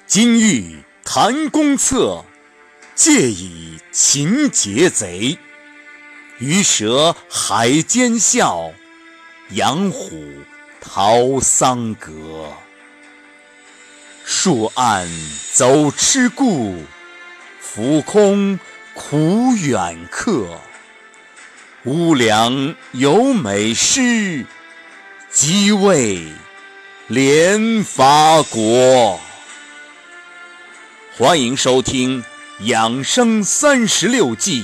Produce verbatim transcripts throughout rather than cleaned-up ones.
今欲谈公策，借以擒劫贼。鱼蛇海间笑，养虎逃桑阁。树岸走痴故，浮空苦远客。乌梁有美诗，即为连发国。欢迎收听养生三十六计。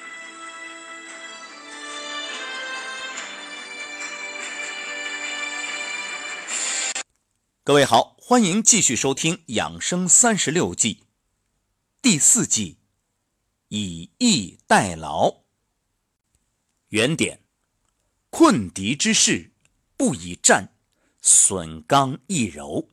各位好，欢迎继续收听养生三十六计。第四计，以逸待劳。原点：困敌之势，不以战，损刚易柔。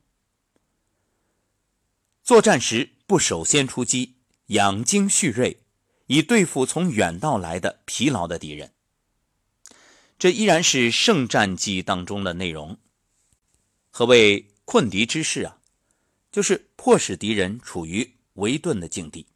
作战时不首先出击，养精蓄锐，以对付从远道来的疲劳的敌人。这依然是胜战计当中的内容。何谓困敌之势啊？就是迫使敌人处于围顿的境地。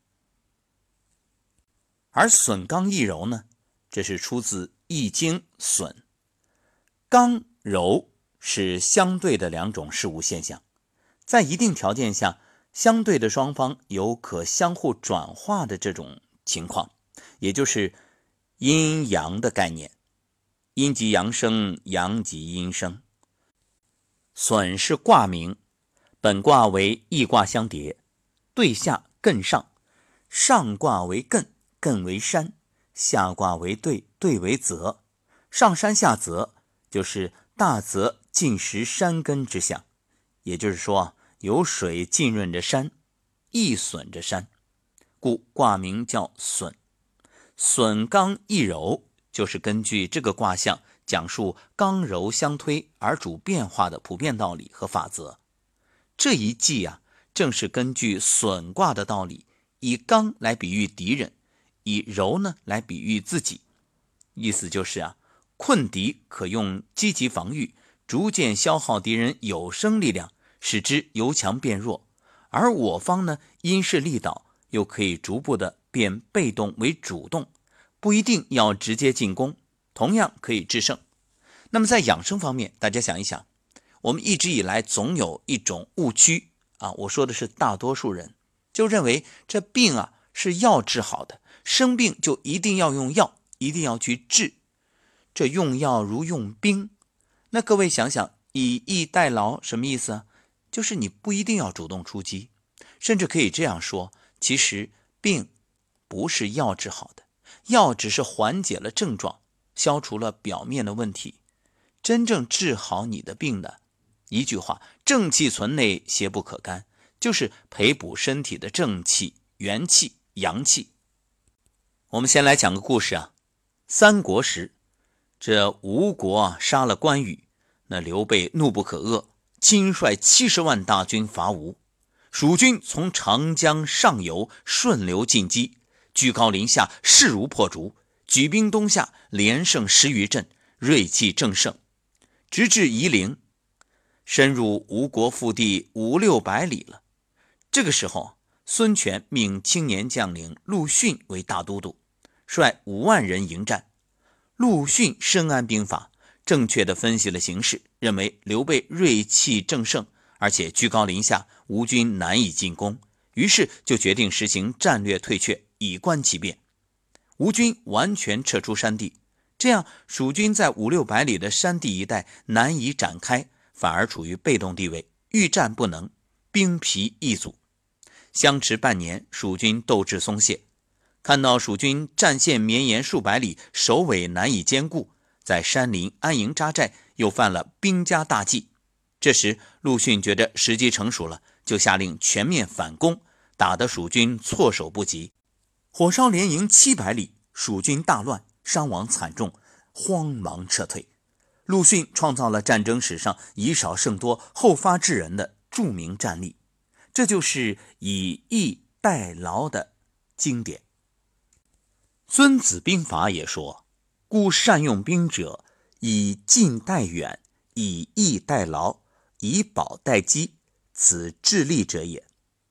而损刚易柔呢，这是出自《易经》损。刚柔是相对的两种事物现象，在一定条件下，相对的双方有可相互转化的这种情况，也就是阴阳的概念。阴极阳生，阳极阴生。损是卦名，本卦为易卦相叠，对下艮上，上卦为艮，艮为山，下卦为兑，兑为泽。上山下泽，就是大泽浸湿山根之象，也就是说有水浸润着山，易损着山，故卦名叫损。损刚易柔，就是根据这个卦象讲述刚柔相推而主变化的普遍道理和法则。这一计啊，正是根据损卦的道理，以刚来比喻敌人，以柔呢来比喻自己。意思就是啊，困敌可用积极防御，逐渐消耗敌人有生力量，使之由强变弱，而我方呢，因势利导，又可以逐步的变被动为主动，不一定要直接进攻，同样可以制胜。那么在养生方面，大家想一想，我们一直以来总有一种误区啊，我说的是大多数人，就认为这病啊是药治好的，生病就一定要用药，一定要去治。这用药如用兵，那各位想想，以逸待劳什么意思啊？就是你不一定要主动出击，甚至可以这样说，其实病不是药治好的，药只是缓解了症状，消除了表面的问题。真正治好你的病的，一句话，正气存内，邪不可干，就是培补身体的正气、元气、阳气。我们先来讲个故事啊。三国时，这吴国啊杀了关羽，那刘备怒不可遏，亲率七十万大军伐吴。蜀军从长江上游顺流进击，居高临下，势如破竹，举兵东下，连胜十余阵，锐气正盛，直至夷陵，深入吴国腹地五六百里了。这个时候，孙权命青年将领陆逊为大都督，率五万人迎战。陆逊深谙兵法，正确地分析了形势，认为刘备锐气正盛，而且居高临下，吴军难以进攻，于是就决定实行战略退却，以观其变。吴军完全撤出山地，这样蜀军在五六百里的山地一带难以展开，反而处于被动地位，欲战不能，兵疲易阻。相持半年，蜀军斗志松懈，看到蜀军战线绵延数百里，首尾难以兼顾，在山林安营扎寨，又犯了兵家大忌。这时陆逊觉得时机成熟了，就下令全面反攻，打得蜀军措手不及。火烧连营七百里，蜀军大乱，伤亡惨重，慌忙撤退。陆逊创造了战争史上以少胜多、后发制人的著名战例，这就是以逸待劳的经典。孙子兵法也说，故善用兵者，以近待远，以逸待劳，以保待机，此智力者也。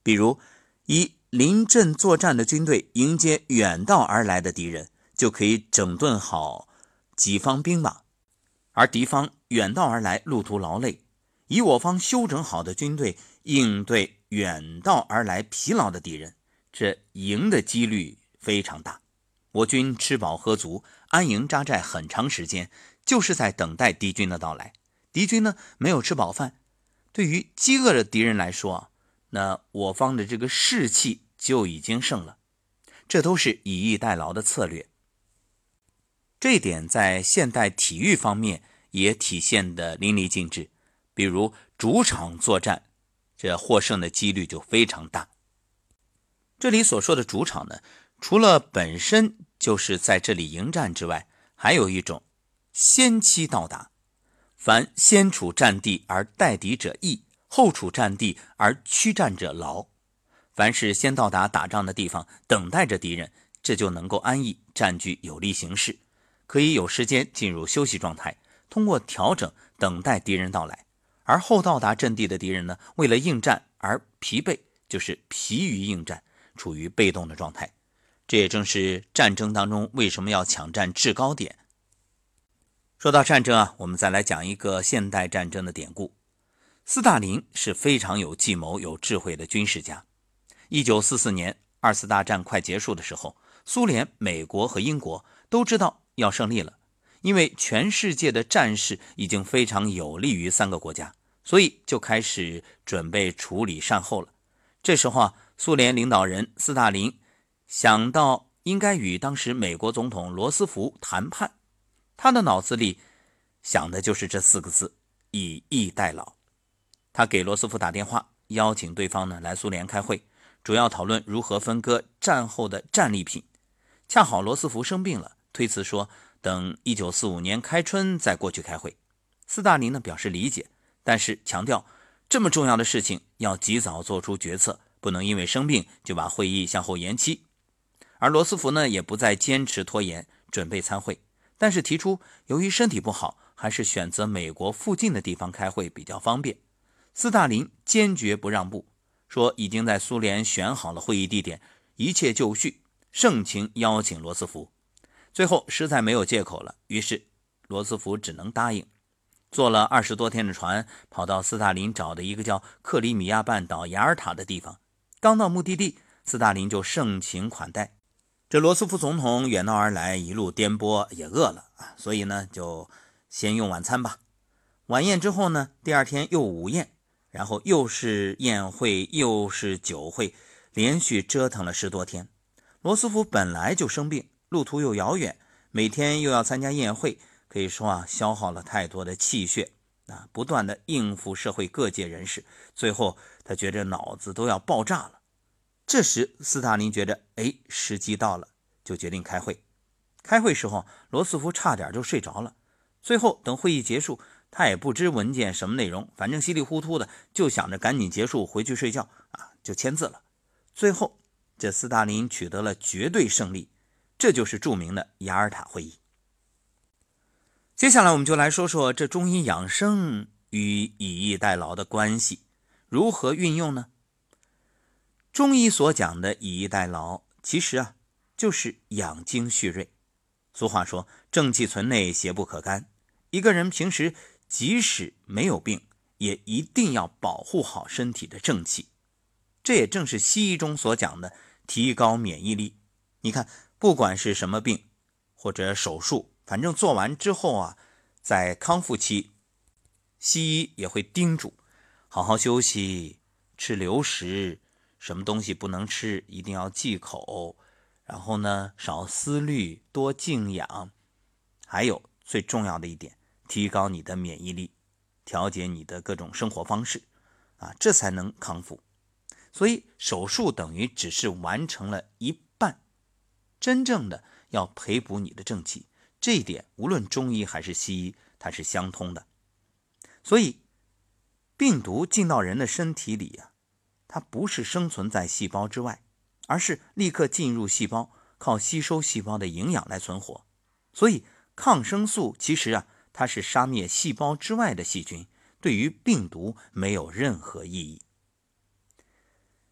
比如以临阵作战的军队迎接远道而来的敌人，就可以整顿好己方兵马，而敌方远道而来，路途劳累，以我方休整好的军队应对远道而来疲劳的敌人，这赢的几率非常大。我军吃饱喝足，安营扎寨很长时间，就是在等待敌军的到来。敌军呢没有吃饱饭，对于饥饿的敌人来说啊，那我方的这个士气就已经胜了。这都是以逸待劳的策略。这一点在现代体育方面也体现得淋漓尽致。比如主场作战，这获胜的几率就非常大。这里所说的主场呢，除了本身就是在这里迎战之外，还有一种先期到达。凡先处战地而待敌者易，后处战地而驱战者劳。凡是先到达打仗的地方，等待着敌人，这就能够安逸占据有利形势，可以有时间进入休息状态，通过调整等待敌人到来。而后到达阵地的敌人呢，为了应战而疲惫，就是疲于应战，处于被动的状态。这也正是战争当中为什么要抢占制高点。说到战争啊，我们再来讲一个现代战争的典故。斯大林是非常有计谋、有智慧的军事家。一九四四年，二次大战快结束的时候，苏联、美国和英国都知道要胜利了，因为全世界的战事已经非常有利于三个国家，所以就开始准备处理善后了。这时候啊，苏联领导人斯大林想到应该与当时美国总统罗斯福谈判，他的脑子里想的就是这四个字：以逸待劳。他给罗斯福打电话，邀请对方呢来苏联开会，主要讨论如何分割战后的战利品。恰好罗斯福生病了，推辞说等一九四五年开春再过去开会。斯大林呢表示理解，但是强调这么重要的事情要及早做出决策，不能因为生病就把会议向后延期。而罗斯福呢也不再坚持拖延，准备参会，但是提出由于身体不好，还是选择美国附近的地方开会比较方便。斯大林坚决不让步，说已经在苏联选好了会议地点，一切就绪，盛情邀请罗斯福。最后实在没有借口了，于是罗斯福只能答应。坐了二十多天的船，跑到斯大林找的一个叫克里米亚半岛雅尔塔的地方。刚到目的地，斯大林就盛情款待。这罗斯福总统远道而来，一路颠簸，也饿了，所以呢就先用晚餐吧。晚宴之后呢，第二天又午宴，然后又是宴会又是酒会，连续折腾了十多天。罗斯福本来就生病，路途又遥远，每天又要参加宴会，可以说啊，消耗了太多的气血啊，不断的应付社会各界人士，最后他觉得脑子都要爆炸了。这时斯大林觉得哎，时机到了，就决定开会。开会时候，罗斯福差点就睡着了。最后等会议结束，他也不知文件什么内容，反正稀里糊涂的就想着赶紧结束回去睡觉啊，就签字了。最后这斯大林取得了绝对胜利，这就是著名的雅尔塔会议。接下来我们就来说说这中医养生与以逸待劳的关系，如何运用呢？中医所讲的以逸待劳，其实啊就是养精蓄锐。俗话说正气存内，邪不可干。一个人平时即使没有病，也一定要保护好身体的正气。这也正是西医中所讲的提高免疫力。你看，不管是什么病或者手术，反正做完之后啊，在康复期，西医也会叮嘱好好休息，吃流食，什么东西不能吃，一定要忌口，然后呢，少思虑，多静养。还有最重要的一点，提高你的免疫力，调节你的各种生活方式啊，这才能康复。所以手术等于只是完成了一半，真正的要培补你的正气，这一点无论中医还是西医，它是相通的。所以病毒进到人的身体里啊，它不是生存在细胞之外，而是立刻进入细胞，靠吸收细胞的营养来存活。所以抗生素其实啊，它是杀灭细胞之外的细菌，对于病毒没有任何意义。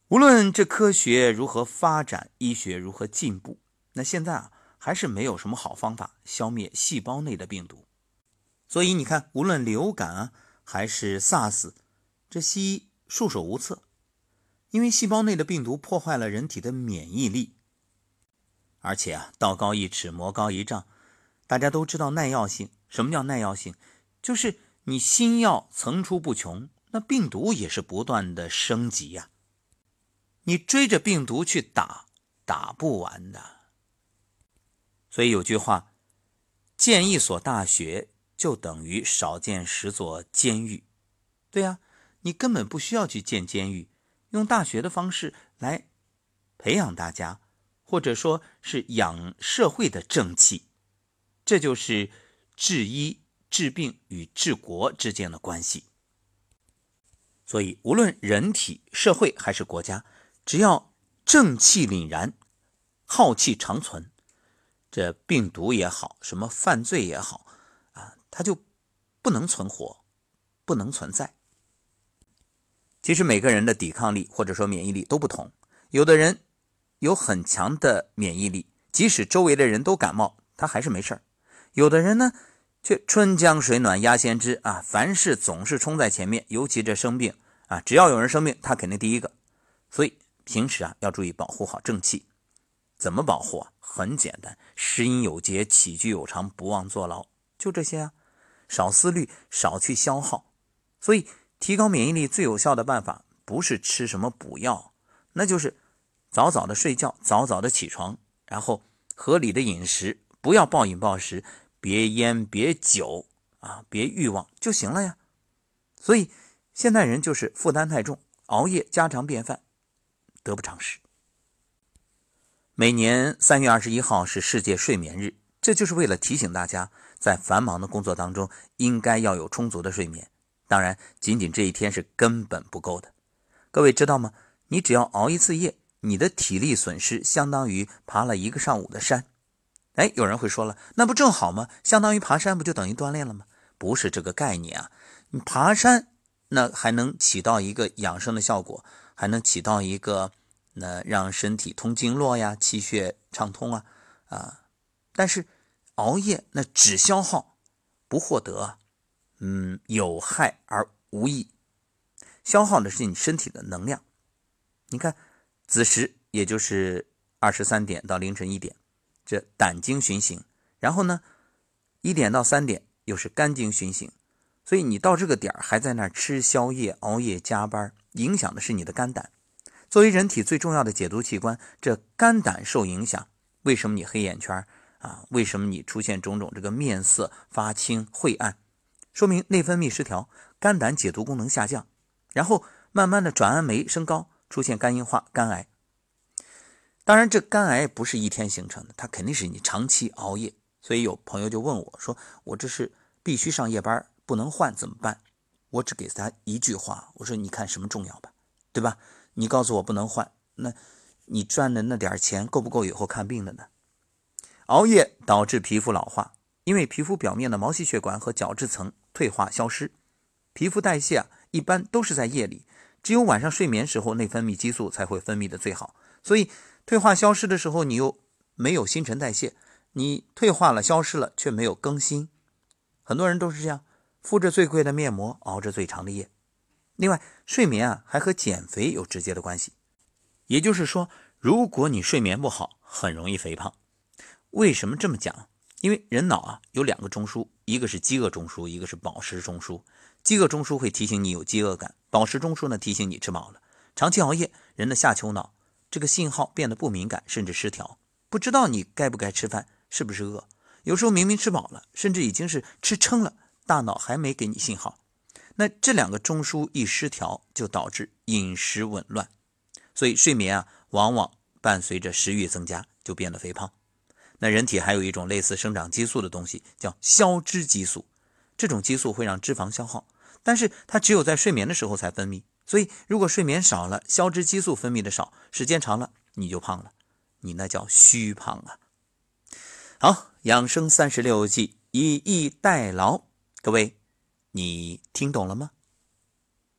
无论这科学如何发展，医学如何进步，那现在啊，还是没有什么好方法消灭细胞内的病毒。所以你看，无论流感啊，还是 SARS， 这西医束手无策，因为细胞内的病毒破坏了人体的免疫力。而且啊，道高一尺，魔高一丈，大家都知道耐药性。什么叫耐药性？就是你新药层出不穷，那病毒也是不断的升级呀、啊。你追着病毒去打，打不完的。所以有句话，建一所大学就等于少建十座监狱。对呀、啊，你根本不需要去建监狱，用大学的方式来培养大家，或者说是养社会的正气。这就是治医、治病与治国之间的关系。所以无论人体、社会还是国家，只要正气凛然，浩气长存，这病毒也好，什么犯罪也好啊，它就不能存活，不能存在。其实每个人的抵抗力或者说免疫力都不同，有的人有很强的免疫力，即使周围的人都感冒，他还是没事儿。有的人呢，却春江水暖鸭先知啊，凡事总是冲在前面，尤其这生病啊，只要有人生病，他肯定第一个。所以平时啊，要注意保护好正气。怎么保护啊？很简单，食饮有节，起居有常，不忘坐牢，就这些啊。少思虑，少去消耗。所以提高免疫力最有效的办法，不是吃什么补药，那就是早早的睡觉，早早的起床，然后合理的饮食，不要暴饮暴食，别烟别酒啊，别欲望就行了呀。所以现代人就是负担太重，熬夜家常便饭，得不偿失。每年三月二十一号是世界睡眠日，这就是为了提醒大家，在繁忙的工作当中，应该要有充足的睡眠。当然，仅仅这一天是根本不够的。各位知道吗？你只要熬一次夜，你的体力损失相当于爬了一个上午的山。哎，有人会说了，那不正好吗？相当于爬山不就等于锻炼了吗？不是这个概念啊！你爬山那还能起到一个养生的效果，还能起到一个那让身体通经络呀，气血畅通啊啊！但是熬夜那只消耗不获得啊，嗯，有害而无益，消耗的是你身体的能量。你看子时也就是二十三点到凌晨一点，这胆经循行，然后呢一点到三点又是肝经循行，所以你到这个点还在那儿吃宵夜熬夜加班，影响的是你的肝胆。作为人体最重要的解毒器官，这肝胆受影响，为什么你黑眼圈啊？为什么你出现种种这个面色发青晦暗？说明内分泌失调，肝胆解毒功能下降，然后慢慢的转氨酶升高，出现肝硬化、肝癌。当然这肝癌不是一天形成的，它肯定是你长期熬夜。所以有朋友就问我说，我这是必须上夜班不能换怎么办？我只给他一句话，我说你看什么重要吧，对吧？你告诉我不能换，那你赚的那点钱够不够以后看病的呢？熬夜导致皮肤老化，因为皮肤表面的毛细血管和角质层退化消失，皮肤代谢啊一般都是在夜里，只有晚上睡眠时候内分泌激素才会分泌的最好。所以退化消失的时候，你又没有新陈代谢，你退化了消失了却没有更新。很多人都是这样，敷着最贵的面膜，熬着最长的夜。另外，睡眠啊还和减肥有直接的关系。也就是说，如果你睡眠不好，很容易肥胖。为什么这么讲？因为人脑啊有两个中枢，一个是饥饿中枢，一个是饱食中枢。饥饿中枢会提醒你有饥饿感，饱食中枢呢提醒你吃饱了。长期熬夜，人的下丘脑这个信号变得不敏感，甚至失调，不知道你该不该吃饭，是不是饿。有时候明明吃饱了，甚至已经是吃撑了，大脑还没给你信号。那这两个中枢一失调，就导致饮食紊乱，所以睡眠啊，往往伴随着食欲增加，就变得肥胖。那人体还有一种类似生长激素的东西，叫消脂激素。这种激素会让脂肪消耗，但是它只有在睡眠的时候才分泌。所以如果睡眠少了，消脂激素分泌的少，时间长了你就胖了，你那叫虚胖啊。好，养生三十六计，以逸待劳，各位你听懂了吗？